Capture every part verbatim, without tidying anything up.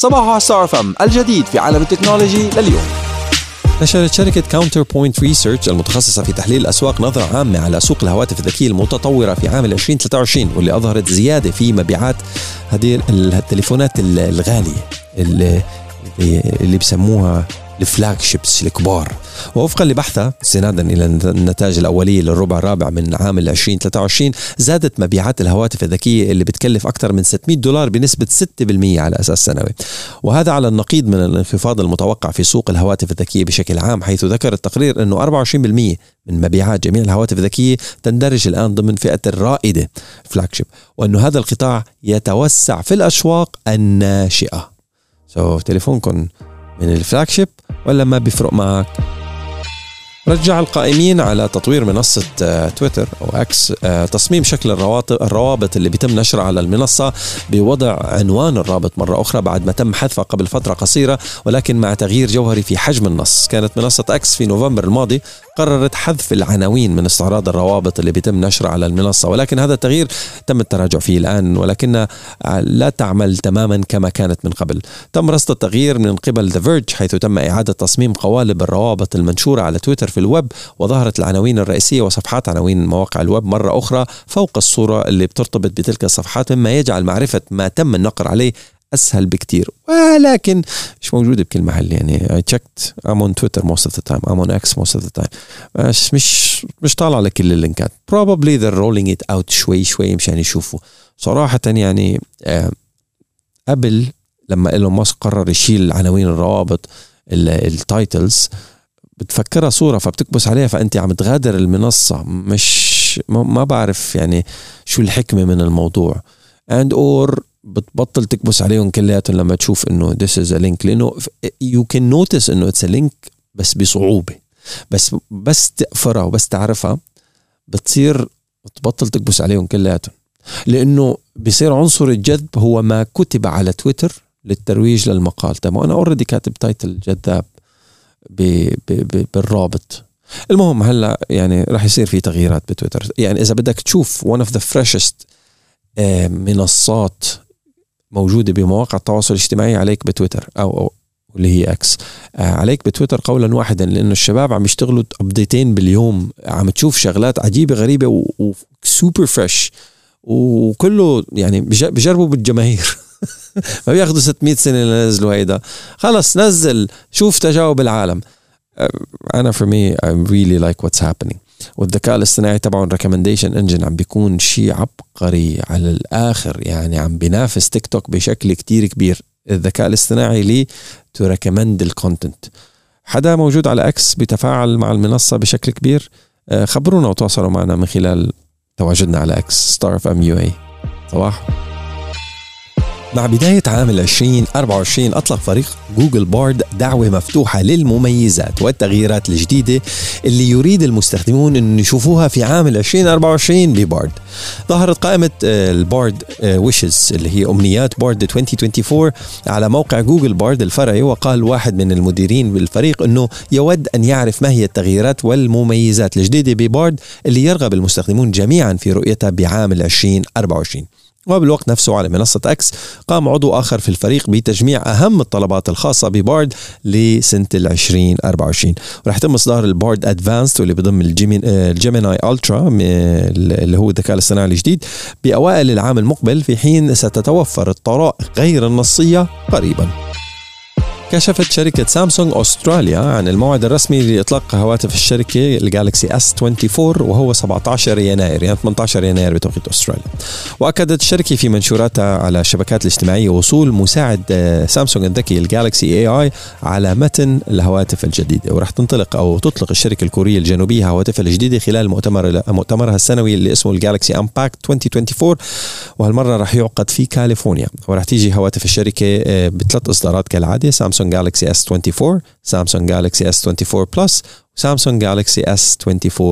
صباحو على ستار اف ام، الجديد في عالم التكنولوجي لليوم. نشرت شركة كاونتر بوينت ريسيرش المتخصصة في تحليل الأسواق نظرة عامة على سوق الهواتف الذكية المتطورة في عام عشرين ثلاثة وعشرين، واللي أظهرت زيادة في مبيعات هذه التليفونات الغالية اللي, اللي بسموها الفلاج شيبس الكبار. ووفقا لبحثها استنادا إلى النتائج الأولية للربع الرابع من عام عشرين ثلاثة وعشرين، زادت مبيعات الهواتف الذكية اللي بتكلف أكثر من ستمائة دولار بنسبة ستة بالمئة على أساس سنوي، وهذا على النقيض من الانخفاض المتوقع في سوق الهواتف الذكية بشكل عام، حيث ذكر التقرير أنه أربعة وعشرين بالمئة من مبيعات جميع الهواتف الذكية تندرج الآن ضمن فئة الرائدة فلاج شيب، وأنه هذا القطاع يتوسع في الأسواق الناشئة. سو so, تليفونكم من الفلاج شيب ولا ما بيفرق معك؟ رجع القائمين على تطوير منصة تويتر أو أكس تصميم شكل الروابط اللي بيتم نشرها على المنصة بوضع عنوان الرابط مرة أخرى بعد ما تم حذفها قبل فترة قصيرة، ولكن مع تغيير جوهري في حجم النص. كانت منصة أكس في نوفمبر الماضي قررت حذف العناوين من استعراض الروابط اللي بيتم نشرها على المنصة، ولكن هذا التغيير تم التراجع فيه الآن، ولكنها لا تعمل تماما كما كانت من قبل. تم رصد التغيير من قبل The Verge، حيث تم إعادة تصميم قوالب الروابط المنشورة على تويتر في الويب، وظهرت العناوين الرئيسية وصفحات عناوين مواقع الويب مرة أخرى فوق الصورة اللي بترتبط بتلك الصفحات، مما يجعل معرفة ما تم النقر عليه أسهل بكتير، ولكن مش موجودة بكل محل. يعني I checked I'm on Twitter most of the time I'm on X most of the time مش مش مش طالع لكل اللينكات. probably they're rolling it out شوي شوي مشان يشوفوا صراحة. يعني آه قبل لما إيلون ماسك قرر يشيل عناوين الروابط التايتلز بتفكرها صورة فبتكبس عليها فأنت عم تغادر المنصة، مش ما بعرف يعني شو الحكمة من الموضوع. and or بتبطل تكبس عليهم كلياتهم لما تشوف انه this is a link، لانه you can notice انه it's a link بس بصعوبة، بس بس تقفرها وبس تعرفها بتصير تبطل تكبس عليهم كلياتهم، لانه بيصير عنصر الجذب هو ما كتب على تويتر للترويج للمقال. طيب انا اوريدي كاتب تايتل جذاب ب ب بالرابط. المهم هلا يعني راح يصير في تغييرات بتويتر. يعني اذا بدك تشوف one of the freshest منصات موجودة بمواقع التواصل الاجتماعي عليك بتويتر أو, أو اللي هي أكس، عليك بتويتر قولا واحدا، لأنه الشباب عم يشتغلوا أبديتين باليوم، عم تشوف شغلات عجيبة غريبة وسوبر فريش، وكله يعني بجربوا بالجماهير ما بياخدوا ستمائة سنة لنزلوا هيدا، خلص نزل شوف تجاوب العالم. أنا for me I really like what's happening. والذكاء الاصطناعي طبعا recommendation engine عم بيكون شيء عبقري على الآخر، يعني عم بينافس تيك توك بشكل كتير كبير. الذكاء الاصطناعي لي to recommend الكونتنت. حدا موجود على أكس بيتفاعل مع المنصة بشكل كبير؟ خبرونا وتواصلوا معنا من خلال تواجدنا على أكس ستار اف ام يو اي. صباح. مع بداية عام عشرين أربعة وعشرين أطلق فريق جوجل بارد دعوة مفتوحة للمميزات والتغييرات الجديدة اللي يريد المستخدمون أن يشوفوها في عام عشرين أربعة وعشرين ببارد. ظهرت قائمة البارد ويشز اللي هي أمنيات بارد ألفين وأربعة وعشرين على موقع جوجل بارد الفرعي، وقال واحد من المديرين بالفريق أنه يود أن يعرف ما هي التغييرات والمميزات الجديدة ببارد اللي يرغب المستخدمون جميعا في رؤيتها بعام عشرين أربعة وعشرين. وبالوقت نفسه على منصة أكس قام عضو آخر في الفريق بتجميع أهم الطلبات الخاصة ببارد لسنة العشرين أربعة وعشرين، ورح يتم إصدار البارد أدفانسد واللي بضم الجيميناي ألترا اللي هو الذكاء الاصطناعي الجديد بأوائل العام المقبل، في حين ستتوفر الطرائق غير النصية قريبا. كشفت شركة سامسونج أستراليا عن الموعد الرسمي لإطلاق هواتف الشركة الجالكسي اس أربعة وعشرين وهو سبعة عشر يناير، يعني ثمانية عشر يناير بتوقيت أستراليا. وأكدت الشركة في منشوراتها على الشبكات الاجتماعية وصول مساعد سامسونج الذكي الجالكسي اي اي على متن الهواتف الجديدة، ورح تنطلق أو تطلق الشركة الكورية الجنوبية هواتفها الجديدة خلال مؤتمر مؤتمرها السنوي اللي اسمه الجالكسي أمباكت ألفين وأربعة وعشرين، وهالمرة رح يعقد في كاليفورنيا، ورح تيجي هواتف الشركة بثلاث إصدارات كالعادة: سامسونج جالكسي اس أربعة وعشرين، سامسونج جالكسي اس أربعة وعشرين بلس، وسامسونج جالكسي اس أربعة وعشرين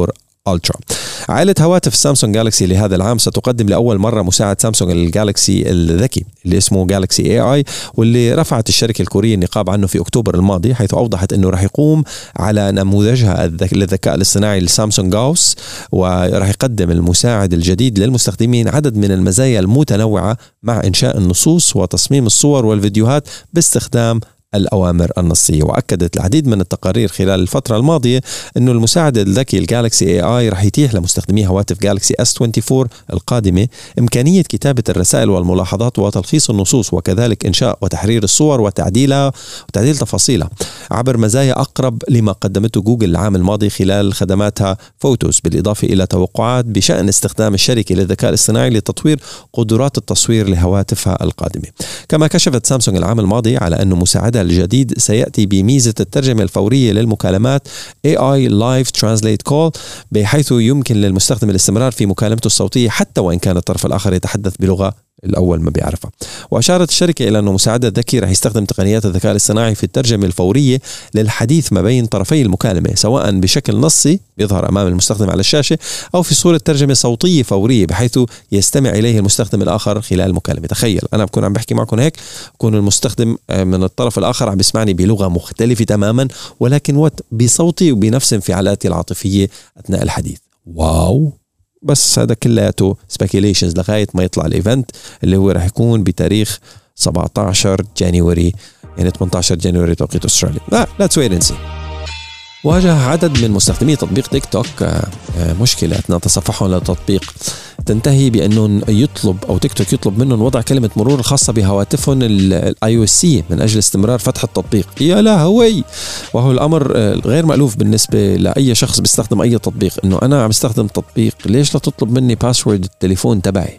ألترا. عائلة هواتف سامسونج جالكسي لهذا العام ستقدم لأول مرة مساعد سامسونج الجالكسي الذكي اللي اسمه جالكسي اي اي، واللي رفعت الشركة الكورية النقاب عنه في أكتوبر الماضي، حيث أوضحت أنه راح يقوم على نموذجها للذكاء الاصطناعي لسامسونج جاوس، وراح يقدم المساعد الجديد للمستخدمين عدد من المزايا المتنوعة مع إنشاء النصوص وتصميم الصور والفيديوهات باستخدام الأوامر النصية. وأكدت العديد من التقارير خلال الفترة الماضية أنه المساعد الذكي الجالكسي اي اي رح يتيح لمستخدمي هواتف جالكسي اس أربعة وعشرين القادمة إمكانية كتابة الرسائل والملاحظات وتلخيص النصوص، وكذلك إنشاء وتحرير الصور وتعديلها وتعديل تفاصيلها عبر مزايا أقرب لما قدمته جوجل العام الماضي خلال خدماتها فوتوز، بالإضافة إلى توقعات بشأن استخدام الشركة للذكاء الاصطناعي لتطوير قدرات التصوير لهواتفها القادمة. كما كشفت سامسونج العام الماضي على أنه مساعدها الجديد سيأتي بميزة الترجمة الفورية للمكالمات إي آي Live Translate Call، بحيث يمكن للمستخدم الاستمرار في مكالمته الصوتية حتى وإن كان الطرف الآخر يتحدث بلغة الأول ما بيعرفها. وأشارت الشركة إلى أنه مساعد الذكي رح يستخدم تقنيات الذكاء الاصطناعي في الترجمة الفورية للحديث ما بين طرفي المكالمة، سواء بشكل نصي بيظهر أمام المستخدم على الشاشة أو في صورة ترجمة صوتية فورية بحيث يستمع إليه المستخدم الآخر خلال المكالمة. تخيل أنا بكون عم بحكي معكم هيك، بكون المستخدم من الطرف الآخر عم بيسمعني بلغة مختلفة تماما، ولكن وقت بصوتي وبنفس انفعالاتي العاطفية أثناء الحديث. واو. بس هذا كلياته سبيكيليشنز لغاية ما يطلع الإيفنت اللي هو راح يكون بتاريخ سبعة عشر جانيوري، يعني ثمانية عشر جانيوري توقيت أستراليا. لا لا تسوي نسي. واجه عدد من مستخدمي تطبيق تيك توك مشكلة أثناء تصفحهم للتطبيق تنتهي بأنه يطلب أو تيك توك يطلب منهم وضع كلمة مرور الخاصة بهواتفهم الاي او اس سي من أجل استمرار فتح التطبيق. يا لهوي. وهو الأمر غير مألوف بالنسبة لأي شخص بيستخدم أي تطبيق، إنه أنا عم بستخدم تطبيق ليش لا تطلب مني باسورد التليفون تبعي؟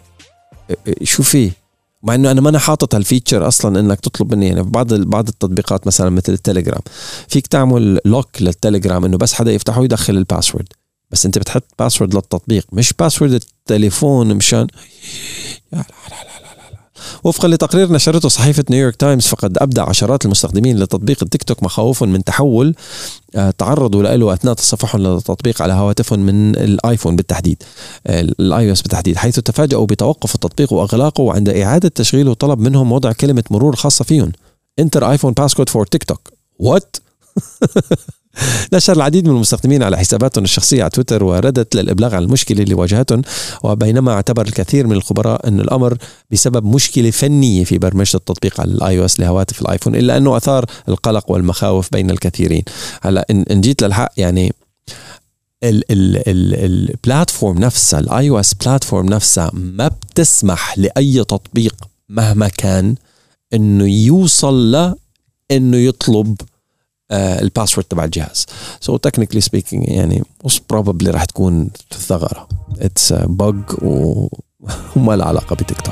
شو فيه؟ مع انه انا ما انا حاطط هالفيتشر اصلا انك تطلب مني. يعني في بعض بعض التطبيقات مثلا مثل التليجرام فيك تعمل لوك للتليجرام انه بس حدا يفتحه يدخل الباسورد، بس انت بتحط باسورد للتطبيق مش باسورد التليفون مشان لا لا لا لا لا. وفقا لتقرير نشرته صحيفة نيويورك تايمز، فقد أبدى عشرات المستخدمين لتطبيق التيك توك مخاوفهم من تحول تعرضوا له أثناء تصفحهم للتطبيق على هواتفهم من الآيفون بالتحديد، الآي أو إس بالتحديد، حيث تفاجأوا بتوقف التطبيق وإغلاقه، وعند إعادة تشغيله طلب منهم وضع كلمة مرور خاصة فيهم Enter iPhone passcode for TikTok. What؟ نشر العديد من المستخدمين على حساباتهم الشخصية على تويتر وردت للإبلاغ عن المشكلة اللي واجهتهم، وبينما اعتبر الكثير من الخبراء أن الأمر بسبب مشكلة فنية في برمجة التطبيق على الاي او اس لهواتف الايفون، إلا أنه أثار القلق والمخاوف بين الكثيرين. هلا إن جيت للحق يعني البلاتفورم نفسها الاي او اس بلاتفورم نفسها ما بتسمح لأي تطبيق مهما كان إنه يوصل له إنه يطلب الباسورد تبع الجهاز. so technically speaking يعني most probably راح تكون ثغرة. it's a bug وما له علاقة بتيك